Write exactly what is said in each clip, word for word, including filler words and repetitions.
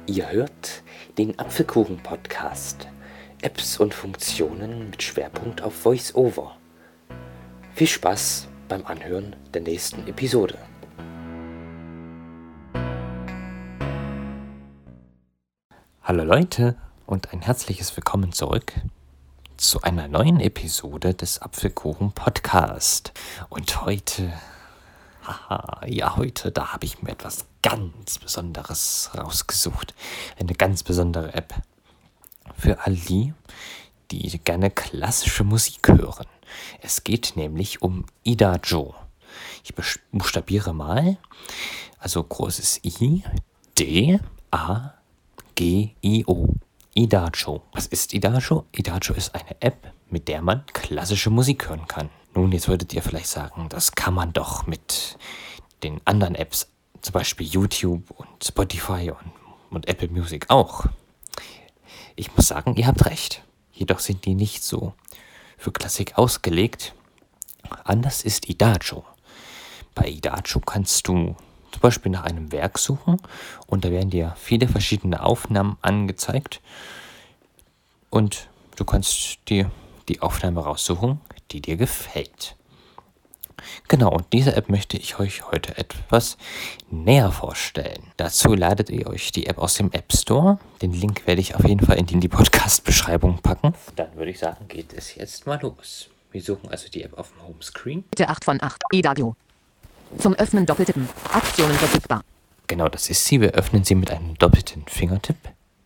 Ihr hört den Apfelkuchen-Podcast. Apps und Funktionen mit Schwerpunkt auf Voice-Over. Viel Spaß beim Anhören der nächsten Episode. Hallo Leute und ein herzliches Willkommen zurück zu einer neuen Episode des Apfelkuchen-Podcast. Und heute... Haha, ja, heute, da habe ich mir etwas ganz Besonderes rausgesucht. Eine ganz besondere App. Für all die, die gerne klassische Musik hören. Es geht nämlich um Idajou. Ich buchstabiere mal. Also großes I, D, A, G, I, O. Idajou. Was ist Idajou? Idajou ist eine App, mit der man klassische Musik hören kann. Nun, jetzt würdet ihr vielleicht sagen, das kann man doch mit den anderen Apps, zum Beispiel YouTube und Spotify und, und Apple Music auch. Ich muss sagen, ihr habt recht. Jedoch sind die nicht so für Klassik ausgelegt. Anders ist Idajou. Bei Idajou kannst du zum Beispiel nach einem Werk suchen und da werden dir viele verschiedene Aufnahmen angezeigt und du kannst dir die Aufnahme raussuchen, die dir gefällt. Genau, und diese App möchte ich euch heute etwas näher vorstellen. Dazu ladet ihr euch die App aus dem App Store. Den Link werde ich auf jeden Fall in die Podcast-Beschreibung packen. Dann würde ich sagen, geht es jetzt mal los. Wir suchen also die App auf dem Homescreen. Bitte acht von acht. Idajou. Zum Öffnen doppeltippen. Aktionen verfügbar. Genau, das ist sie. Wir öffnen sie mit einem doppelten Fingertipp.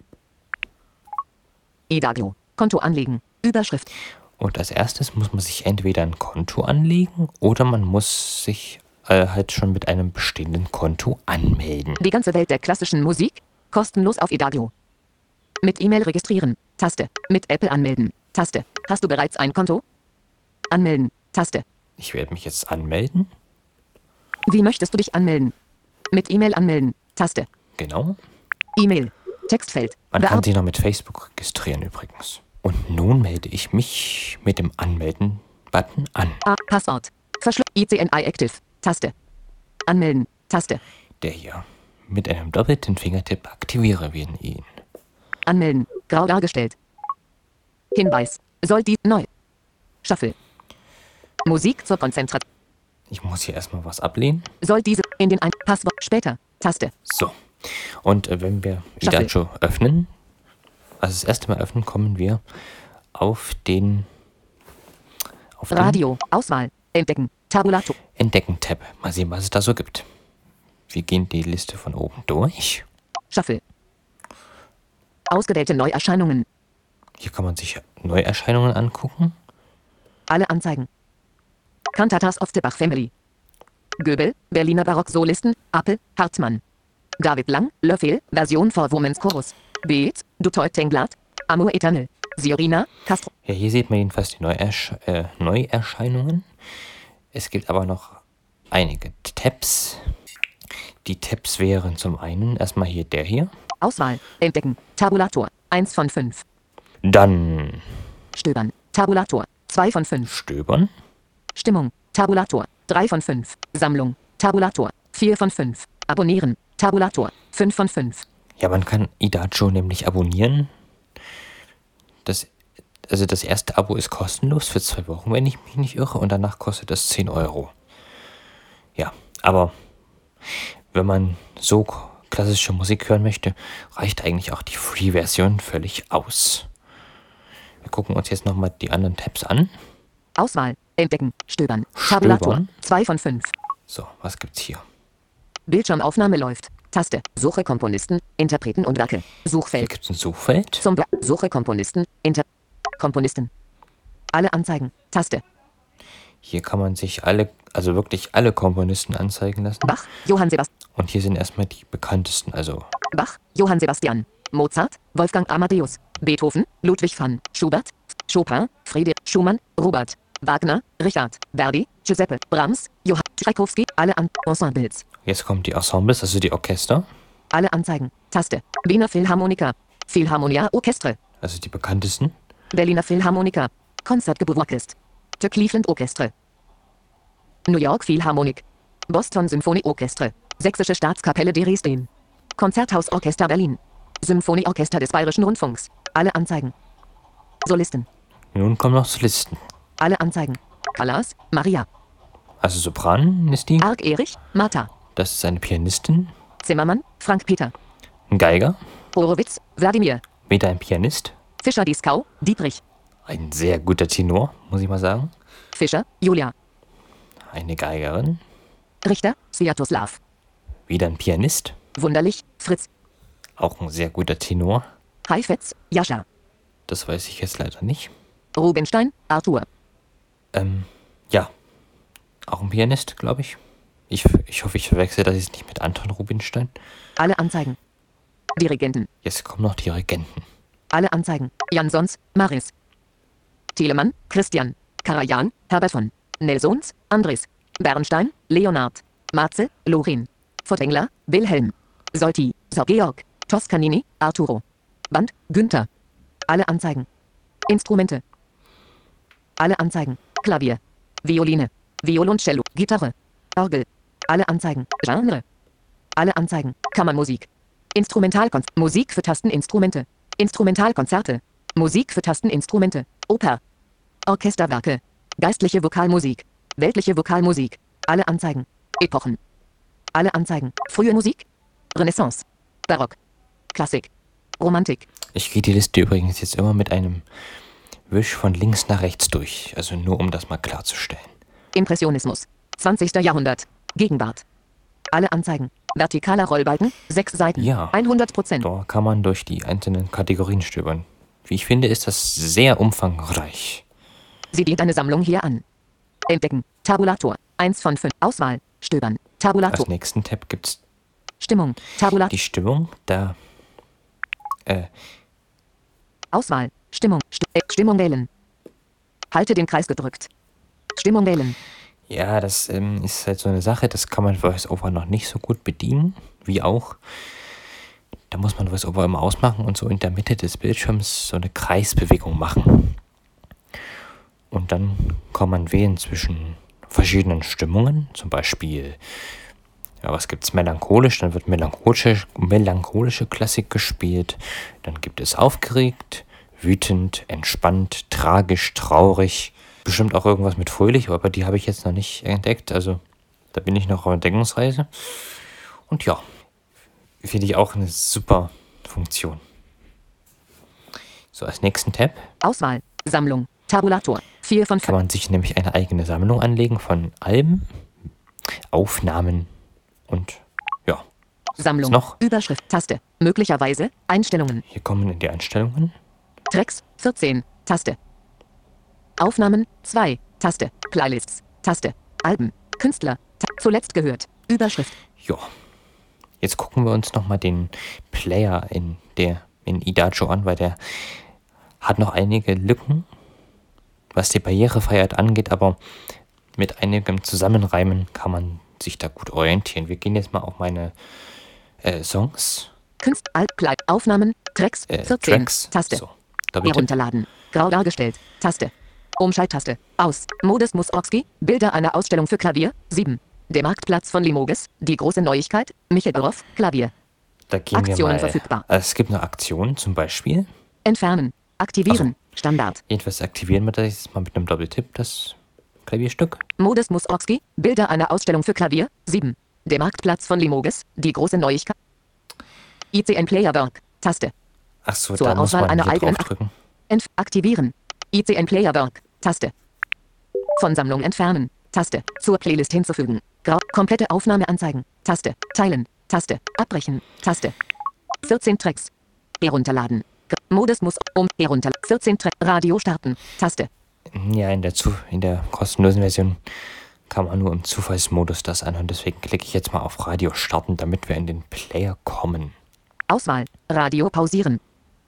Idajou. Konto anlegen. Überschrift. Und als erstes muss man sich entweder ein Konto anlegen oder man muss sich äh, halt schon mit einem bestehenden Konto anmelden. Die ganze Welt der klassischen Musik. Kostenlos auf Idajou. Mit E-Mail registrieren. Taste. Mit Apple anmelden. Taste. Hast du bereits ein Konto? Anmelden. Taste. Ich werde mich jetzt anmelden. Wie möchtest du dich anmelden? Mit E-Mail anmelden. Taste. Genau. E-Mail. Textfeld. Man Bear- kann sich noch mit Facebook registrieren übrigens. Und nun melde ich mich mit dem Anmelden-Button an. A. Passwort. Verschluss. I C N I Active. Taste. Anmelden. Taste. Der hier. Mit einem doppelten Fingertipp aktivieren wir ihn. Anmelden. Grau dargestellt. Hinweis. Soll die neu. Shuffle. Musik zur Konzentration. Ich muss hier erstmal was ablehnen. Soll diese in den ein Passwort später. Taste. So. Und äh, wenn wir Shuffle. Idajou öffnen, also das erste Mal öffnen, kommen wir auf den auf den Radio. Auswahl. Entdecken. Tabulator. Entdecken-Tab. Mal sehen, was es da so gibt. Wir gehen die Liste von oben durch. Shuffle. Ausgewählte Neuerscheinungen. Hier kann man sich Neuerscheinungen angucken. Alle Anzeigen. Cantatas of the Bach Family. Göbel. Berliner Barock-Solisten. Appel. Hartmann. David Lang. Löffel. Version for Women's Chorus. Beat. Du Teutenglad. Amour Eternel. Siorina. Castro. Ja, hier sieht man jedenfalls die Neuersch äh, Neuerscheinungen. Es gibt aber noch einige Tabs. Die Tabs wären zum einen erstmal hier der hier. Auswahl. Entdecken. Tabulator. eins von fünf. Dann Stöbern. Tabulator. zwei von fünf. Stöbern. Stimmung. Tabulator. drei von fünf. Sammlung. Tabulator. vier von fünf. Abonnieren. Tabulator. fünf von fünf. Ja, man kann Idajou nämlich abonnieren. Das, also das erste Abo ist kostenlos für zwei Wochen, wenn ich mich nicht irre. Und danach kostet es zehn Euro. Ja, aber wenn man so klassische Musik hören möchte, reicht eigentlich auch die Free-Version völlig aus. Wir gucken uns jetzt nochmal die anderen Tabs an. Auswahl. Entdecken. Stöbern. Stöbern. Tabulator. zwei von fünf. So, was gibt's hier? Bildschirmaufnahme läuft. Taste. Suche Komponisten, Interpreten und Werke. Hier Suchfeld. gibt's ein Suchfeld. Zum Bla Suche Komponisten, Inter Komponisten. Alle Anzeigen. Taste. Hier kann man sich alle, also wirklich alle Komponisten anzeigen lassen. Bach. Johann Sebastian. Und hier sind erstmal die bekanntesten, also Bach. Johann Sebastian. Mozart. Wolfgang Amadeus. Beethoven. Ludwig van. Schubert. Chopin. Friedrich. Schumann. Robert. Wagner. Richard. Verdi. Giuseppe. Brahms. Johann Tchaikovsky. Alle an Ensembles. jetzt kommen die Ensembles, also die Orchester. Alle Anzeigen. Taste. Wiener Philharmoniker. Philharmonia Orchestre. Also die bekanntesten. Berliner Philharmoniker. Concertgebouw-Orchest. The Cleveland Orchestre. New York Philharmonik. Boston Symphonie Orchestre. Sächsische Staatskapelle Dresden. Konzerthausorchester Berlin. Symphonieorchester des Bayerischen Rundfunks. Alle Anzeigen. Solisten. Nun kommen noch Solisten. Alle Anzeigen. Callas, Maria. Also Sopran ist die. Arg Erich, Martha. Das ist eine Pianistin. Zimmermann, Frank Peter. Ein Geiger. Horowitz, Wladimir. Wieder ein Pianist. Fischer Dieskau, Dietrich. Ein sehr guter Tenor, muss ich mal sagen. Fischer, Julia. Eine Geigerin. Richter, Sviatoslav. Wieder ein Pianist. Wunderlich, Fritz. Auch ein sehr guter Tenor. Heifetz, Jascha. Das weiß ich jetzt leider nicht. Rubinstein, Arthur. Ähm, ja. Auch ein Pianist, glaube ich. ich. Ich hoffe, ich verwechsel das jetzt nicht mit Anton Rubinstein. Alle Anzeigen. Dirigenten. Jetzt kommen noch Dirigenten. Alle Anzeigen. Jansons, Maris. Telemann, Christian. Karajan, Herbert von. Nelsons, Andres. Bernstein, Leonard. Marze, Lorin. Vottengler, Wilhelm. Solti, Sir Georg. Toscanini, Arturo. Band, Günther. Alle Anzeigen. Instrumente. Alle Anzeigen. Klavier. Violine. Violoncello. Gitarre. Orgel. Alle Anzeigen. Genre. Alle Anzeigen. Kammermusik. Instrumentalkonzert. Musik für Tasteninstrumente. Instrumentalkonzerte. Musik für Tasteninstrumente. Oper. Orchesterwerke. Geistliche Vokalmusik. Weltliche Vokalmusik. Alle Anzeigen. Epochen. Alle Anzeigen. Frühe Musik. Renaissance. Barock. Klassik. Romantik. Ich gehe die Liste übrigens jetzt immer mit einem Wisch von links nach rechts durch. Also nur um das mal klarzustellen. Impressionismus. zwanzigsten Jahrhundert. Gegenwart. Alle Anzeigen. Vertikaler Rollbalken. Sechs Seiten. Ja. hundert Prozent. Da kann man durch die einzelnen Kategorien stöbern. Wie ich finde, ist das sehr umfangreich. Sie dient eine Sammlung hier an. Entdecken. Tabulator. eins von fünf. Auswahl. Stöbern. Tabulator. Als nächsten Tab gibt es Stimmung. Tabulator. die Stimmung. Da. Äh. Auswahl. Stimmung. St äh, Stimmung wählen. Halte den Kreis gedrückt. Stimmung wählen. Ja, das ähm, ist halt so eine Sache, das kann man VoiceOver noch nicht so gut bedienen, wie auch. Da muss man VoiceOver immer ausmachen und so in der Mitte des Bildschirms so eine Kreisbewegung machen. Und dann kann man wählen zwischen verschiedenen Stimmungen, zum Beispiel, ja, was gibt's, melancholisch, dann wird melancholische, melancholische Klassik gespielt, dann gibt es aufgeregt, wütend, entspannt, tragisch, traurig, bestimmt auch irgendwas mit fröhlich, aber die habe ich jetzt noch nicht entdeckt, also da bin ich noch auf Entdeckungsreise. Und ja, finde ich auch eine super Funktion. So, als nächsten Tab Auswahl. Sammlung. Tabulator. vier von kann fünf. man sich nämlich eine eigene Sammlung anlegen von Alben, Aufnahmen und ja. Sammlung. noch? Überschrift. Taste. Möglicherweise. Einstellungen. Hier kommen in die Einstellungen. Tracks. vierzehn. Taste. Aufnahmen. zwei. Taste. Playlists. Taste. Alben. Künstler. Ta zuletzt gehört. Überschrift. Ja. Jetzt gucken wir uns nochmal den Player in der in Idagio an, weil der hat noch einige Lücken, was die Barrierefreiheit angeht, aber mit einigem Zusammenreimen kann man sich da gut orientieren. Wir gehen jetzt mal auf meine äh, Songs. Künst. Alt. Play. Aufnahmen. Tracks. Äh, vierzehn. Tracks. Taste. So, Doppeltipp. Herunterladen. Grau dargestellt. Taste. Umschalttaste. Aus. Modest Mussorgsky. Bilder einer Ausstellung für Klavier. sieben. Der Marktplatz von Limoges. Die große Neuigkeit. Michael Borow. Klavier. Da gehen Aktionen wir mal. verfügbar. Also es gibt eine Aktion zum Beispiel. Entfernen. Aktivieren. Standard. Jedenfalls aktivieren wir das jetzt mal mit einem Doppeltipp, das Klavierstück. Modest Mussorgsky. Bilder einer Ausstellung für Klavier. sieben. Der Marktplatz von Limoges. Die große Neuigkeit. I C N Player Work. Taste. Ach so, Zur da muss Auswahl man einer hier eigenen draufdrücken. Entf aktivieren. I C N Player Work. Taste. Von Sammlung entfernen. Taste. Zur Playlist hinzufügen. Grau. Komplette Aufnahme anzeigen. Taste. Teilen. Taste. Abbrechen. Taste. vierzehn Tracks. Herunterladen. G Modus muss um. Herunter. vierzehn Tracks. Radio starten. Taste. Ja, in der, Zu in der kostenlosen Version kann man nur im Zufallsmodus das anhören. Deswegen klicke ich jetzt mal auf Radio starten, damit wir in den Player kommen. Auswahl. Radio pausieren.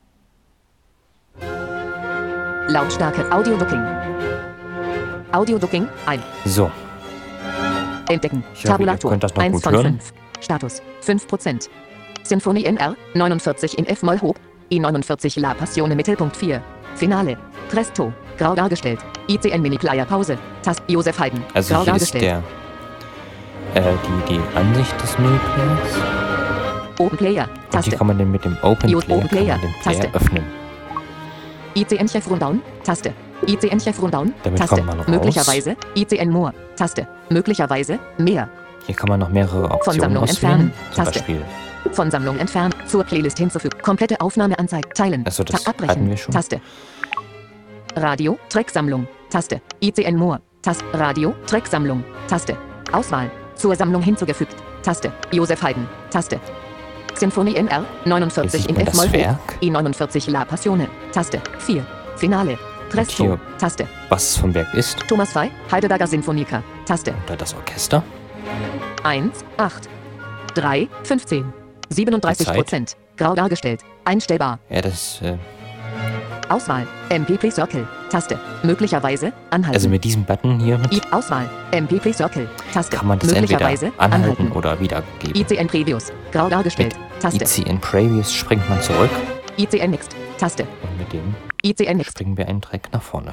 Lautstärke. Audio Ducking. Audio Ducking. ein. So, Entdecken. Ich hoffe, ihr Tabulator. könnt das noch eins gut von hören. fünf. Status. fünf Prozent. Sinfonie N R. neunundvierzig in F-Moll hoch. I neunundvierzig La Passione Mittelpunkt vier. Finale. Presto. Grau dargestellt. I C N Mini Player Pause. Tast. Josef Haydn. also Grau hier ist dargestellt. der, äh, die, die Ansicht des Miniplayers. Open Player. Und hier Taste. kann man den mit dem Open J- Player, Open Player, kann man den Player Taste. öffnen. I C N Chef Rundown. Taste. I C N Chef Rundown. Damit Taste. kommt man raus. Möglicherweise. I C N More. Taste. Möglicherweise. Mehr. Hier kann man noch mehrere Optionen Sammlung auswählen. entfernen. Zum Taste. Beispiel, Von Sammlung entfernen. Zur Playlist hinzufügen. Komplette Aufnahme anzeigen. Teilen. Achso, das Ta- abbrechen. hatten wir schon. Taste. Radio. Tracksammlung. Taste. I C N More. Taste. Radio. Tracksammlung. Taste. Auswahl. Zur Sammlung hinzugefügt. Taste. Josef Haydn. Taste. Sinfonie N R. Hier neunundvierzig sieht in man F das Moll hoch. Werk. I neunundvierzig La Passione. Taste. vier. Finale. Presto. hier- Taste. was es vom Werk ist. Thomas Fey. Heidelberger Sinfoniker. Taste. Und da das Orchester. eins, acht, drei, fünfzehn. siebenunddreißig Die Zeit. Prozent. Grau dargestellt. Einstellbar. Ja, das, äh, Auswahl. M P Play Circle. Taste. Möglicherweise. Anhalten. also mit diesem Button hier mit I Auswahl. M P Play Circle. Taste. kann man das entweder Möglicherweise. anhalten Anhalten. oder wiedergeben. I C N Previous. Grau dargestellt. I Taste. C N Previous springt man zurück I C N Next. Taste. und mit dem I C N Next. springen wir einen Track nach vorne.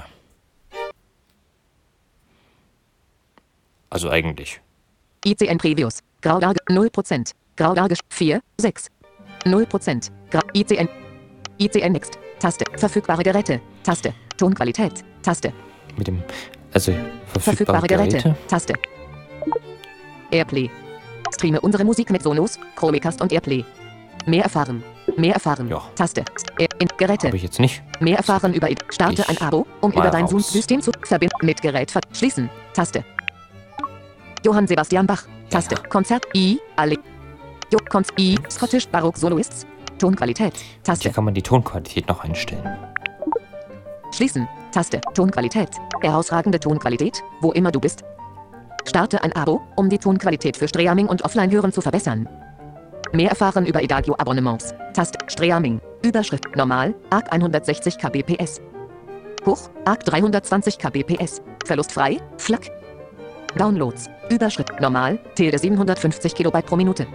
Also eigentlich. I C N Previous. Grau darge null Prozent. Grau dargestellt. vier, sechs. null Prozent. Grau I C N. I C N Next. Taste. Verfügbare Geräte. Taste. Tonqualität. Taste. Mit dem, also verfügbare, Verfügbare Geräte. Geräte. Taste. Airplay. Streame unsere Musik mit Sonos, Chromecast und Airplay. Mehr erfahren. Mehr erfahren. Ja. Taste. Air in Geräte. Habe ich jetzt nicht. Mehr erfahren über I- Starte Ich ein Abo, um mal über dein raus. Zoom-System zu verbinden. Mit Gerät ver schließen. Taste. Johann Sebastian Bach. Taste. Ja. Konzert. I. Alle. Jo. Konz. I. Scottish Baroque Soloists. Tonqualität. Taste. Hier kann man die Tonqualität noch einstellen. Schließen. Taste. Tonqualität. Herausragende Tonqualität, wo immer du bist. Starte ein Abo, um die Tonqualität für Streaming und Offline-Hören zu verbessern. Mehr erfahren über Edagio-Abonnements. Taste. Streaming. Überschrift. Normal. A R C hundertsechzig Kbps. Hoch. A R C dreihundertzwanzig Kbps. Verlustfrei. Flack. Downloads. Überschrift. Normal. Tilde siebenhundertfünfzig Kilobyte pro Minute.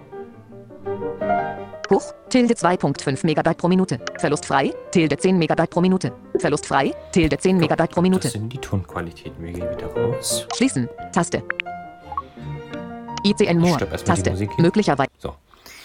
Hoch. Tilde zwei Komma fünf Megabyte pro Minute. Verlustfrei. Tilde zehn Megabyte pro Minute. Verlustfrei. Tilde zehn Megabyte pro Minute. Das sind die Tonqualitäten. Wir gehen wieder raus. Schließen. Taste. I C N More. stopp erst mal die Taste. Musik hier. Möglicherweise. So.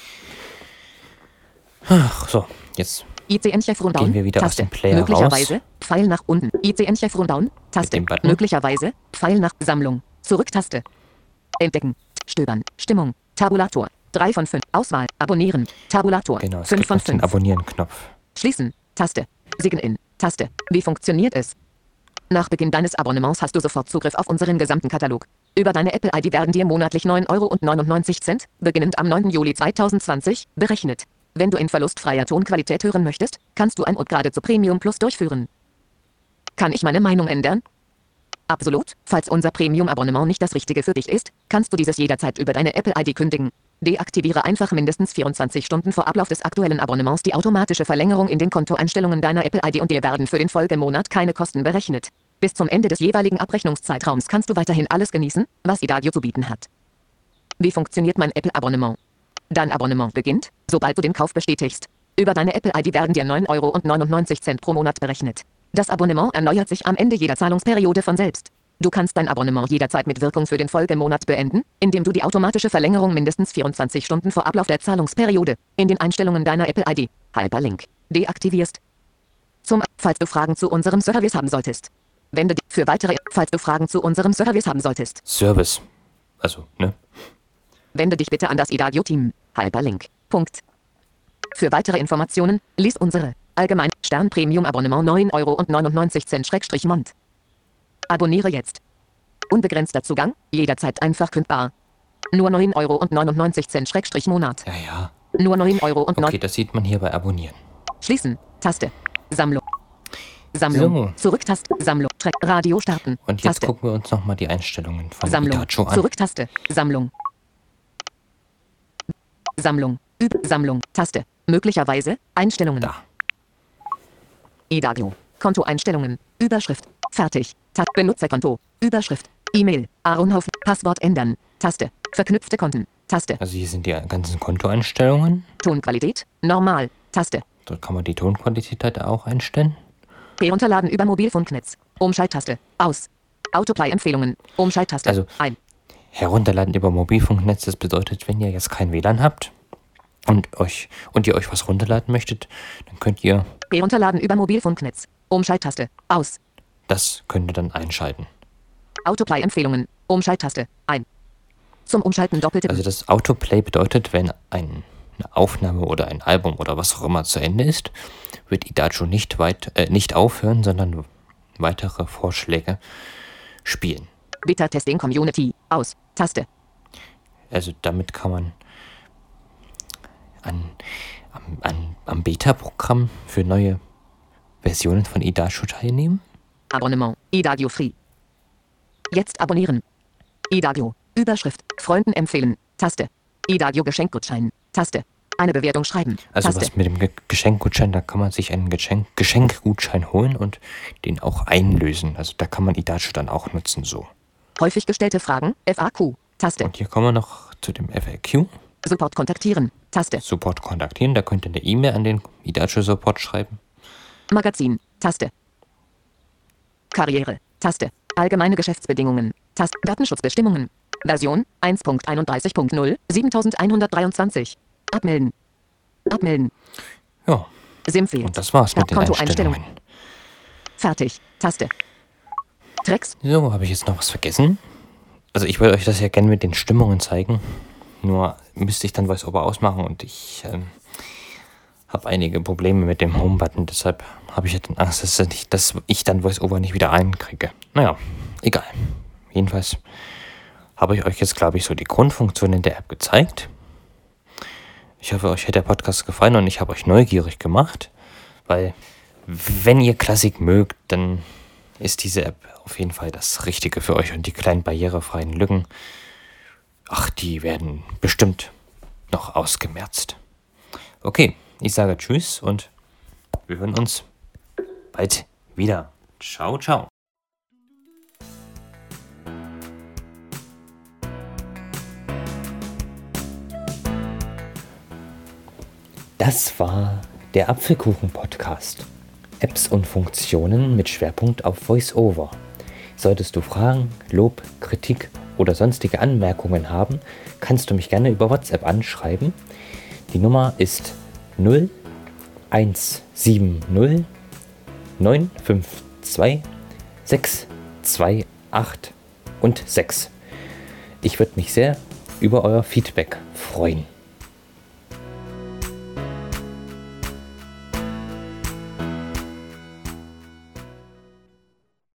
Ach, so, jetzt I C N Chef Rundown. Gehen wir wieder aus Taste. dem Player Möglicherweise. raus. Pfeil nach unten. I C N Chef Rundown. Taste. dem Button. Möglicherweise. Pfeil nach Sammlung. Zurück-Taste. Entdecken. Stöbern. Stimmung. Tabulator. drei von fünf. Auswahl. Abonnieren. Tabulator. genau, es fünf gibt von noch den fünf. Abonnieren-Knopf. Schließen. Taste. Sign in. Taste. Wie funktioniert es? Nach Beginn deines Abonnements hast du sofort Zugriff auf unseren gesamten Katalog. Über deine Apple-I D werden dir monatlich neun Euro neunundneunzig, beginnend am neunten Juli zweitausendzwanzig, berechnet. Wenn du in verlustfreier Tonqualität hören möchtest, kannst du ein Upgrade zu Premium Plus durchführen. Kann ich meine Meinung ändern? Absolut. Falls unser Premium-Abonnement nicht das Richtige für dich ist, kannst du dieses jederzeit über deine Apple-I D kündigen. Deaktiviere einfach mindestens vierundzwanzig Stunden vor Ablauf des aktuellen Abonnements die automatische Verlängerung in den Kontoeinstellungen deiner Apple-I D und dir werden für den Folgemonat keine Kosten berechnet. Bis zum Ende des jeweiligen Abrechnungszeitraums kannst du weiterhin alles genießen, was Edagio zu bieten hat. Wie funktioniert mein Apple-Abonnement? Dein Abonnement beginnt, sobald du den Kauf bestätigst. Über deine Apple-I D werden dir neun Euro neunundneunzig pro Monat berechnet. Das Abonnement erneuert sich am Ende jeder Zahlungsperiode von selbst. Du kannst dein Abonnement jederzeit mit Wirkung für den Folgemonat beenden, indem du die automatische Verlängerung mindestens vierundzwanzig Stunden vor Ablauf der Zahlungsperiode in den Einstellungen deiner Apple-I D, Hyperlink, deaktivierst. Zum, falls du Fragen zu unserem Service haben solltest. Wende dich für weitere, falls du Fragen zu unserem Service haben solltest. Service. Also, ne? Wende dich bitte an das Edagio-Team. Hyperlink. Punkt. Für weitere Informationen, lies unsere allgemein Stern Premium Abonnement neun Euro neunundneunzig Mont. Abonniere jetzt. Unbegrenzter Zugang, jederzeit einfach kündbar. Nur neun Euro neunundneunzig Monat. Ja, ja. Nur neun Euro und Okay, das sieht man hier bei Abonnieren. Schließen. Taste. Sammlung. Sammlung. So. Zurücktaste. Sammlung. Track. Radio starten. Und jetzt Taste. gucken wir uns nochmal die Einstellungen von Sammlung. Edagio an. Zurücktaste. Sammlung. Sammlung. Üb Sammlung. Taste. Möglicherweise. Einstellungen. Da. Edagio. Kontoeinstellungen. Überschrift. Fertig. Ta Benutzerkonto. Überschrift. E-Mail. Aaronhoff. Passwort ändern. Taste. Verknüpfte Konten. Taste. Also hier sind die ganzen Kontoeinstellungen. Tonqualität. Normal. Taste. Dort kann man die Tonqualität halt auch einstellen. Herunterladen über Mobilfunknetz. Umschalttaste. Aus. Autoplay-Empfehlungen. Umschalttaste. Also- Ein. Herunterladen über Mobilfunknetz, das bedeutet, wenn ihr jetzt kein W L A N habt, und euch und ihr euch was runterladen möchtet, dann könnt ihr Herunterladen über Mobilfunknetz. Umschalttaste. Aus. das könnt ihr dann einschalten. Autoplay-Empfehlungen. Umschalttaste. Ein. Zum Umschalten doppelte. Also das Autoplay bedeutet, wenn ein, eine Aufnahme oder ein Album oder was auch immer zu Ende ist, wird Idacho nicht, weit, äh, nicht aufhören, sondern weitere Vorschläge spielen. Beta-Testing Community. Aus. Taste. Also damit kann man an, am, an, am Beta-Programm für neue Versionen von Idacho teilnehmen. Abonnement. Idagio Free. Jetzt abonnieren. Idagio. Überschrift. Freunden empfehlen. Taste. Idagio Geschenkgutschein. Taste. Eine Bewertung schreiben. Also Taste. was mit dem Ge- Geschenkgutschein, da kann man sich einen Geschenk Geschenkgutschein holen und den auch einlösen. Also da kann man Idacho dann auch nutzen so. Häufig gestellte Fragen. F A Q. Taste. Und hier kommen wir noch zu dem F A Q. Support kontaktieren. Taste. Support kontaktieren, da könnt ihr eine E-Mail an den Idacho Support schreiben. Magazin. Taste. Karriere. Taste. Allgemeine Geschäftsbedingungen. Taste. Datenschutzbestimmungen. Version eins Punkt einunddreißig Punkt null siebentausendeinhundertdreiundzwanzig. Abmelden. Abmelden. Ja, SIM fehlt. und das war's mit den Kontoeinstellungen. Einstellungen. Fertig. Taste. Tracks. So, habe ich jetzt noch was vergessen? Also ich wollte euch das ja gerne mit den Stimmungen zeigen. Nur müsste ich dann VoiceOver ausmachen und ich ähm, habe einige Probleme mit dem Home-Button. Deshalb habe ich ja dann Angst, dass ich, dass ich dann VoiceOver nicht wieder einkriege. Naja, egal. Jedenfalls habe ich euch jetzt, glaube ich, so die Grundfunktionen der App gezeigt. Ich hoffe, euch hat der Podcast gefallen und ich habe euch neugierig gemacht, weil wenn ihr Klassik mögt, dann ist diese App auf jeden Fall das Richtige für euch und die kleinen barrierefreien Lücken, ach, die werden bestimmt noch ausgemerzt. Okay, ich sage Tschüss und wir hören uns bald wieder. Ciao, ciao. Das war der Apfelkuchen-Podcast. Apps und Funktionen mit Schwerpunkt auf VoiceOver. Solltest du Fragen, Lob, Kritik oder sonstige Anmerkungen haben, kannst du mich gerne über WhatsApp anschreiben. Die Nummer ist null eins sieben null neun fünf zwei sechs zwei acht und sechs. Ich würde mich sehr über euer Feedback freuen.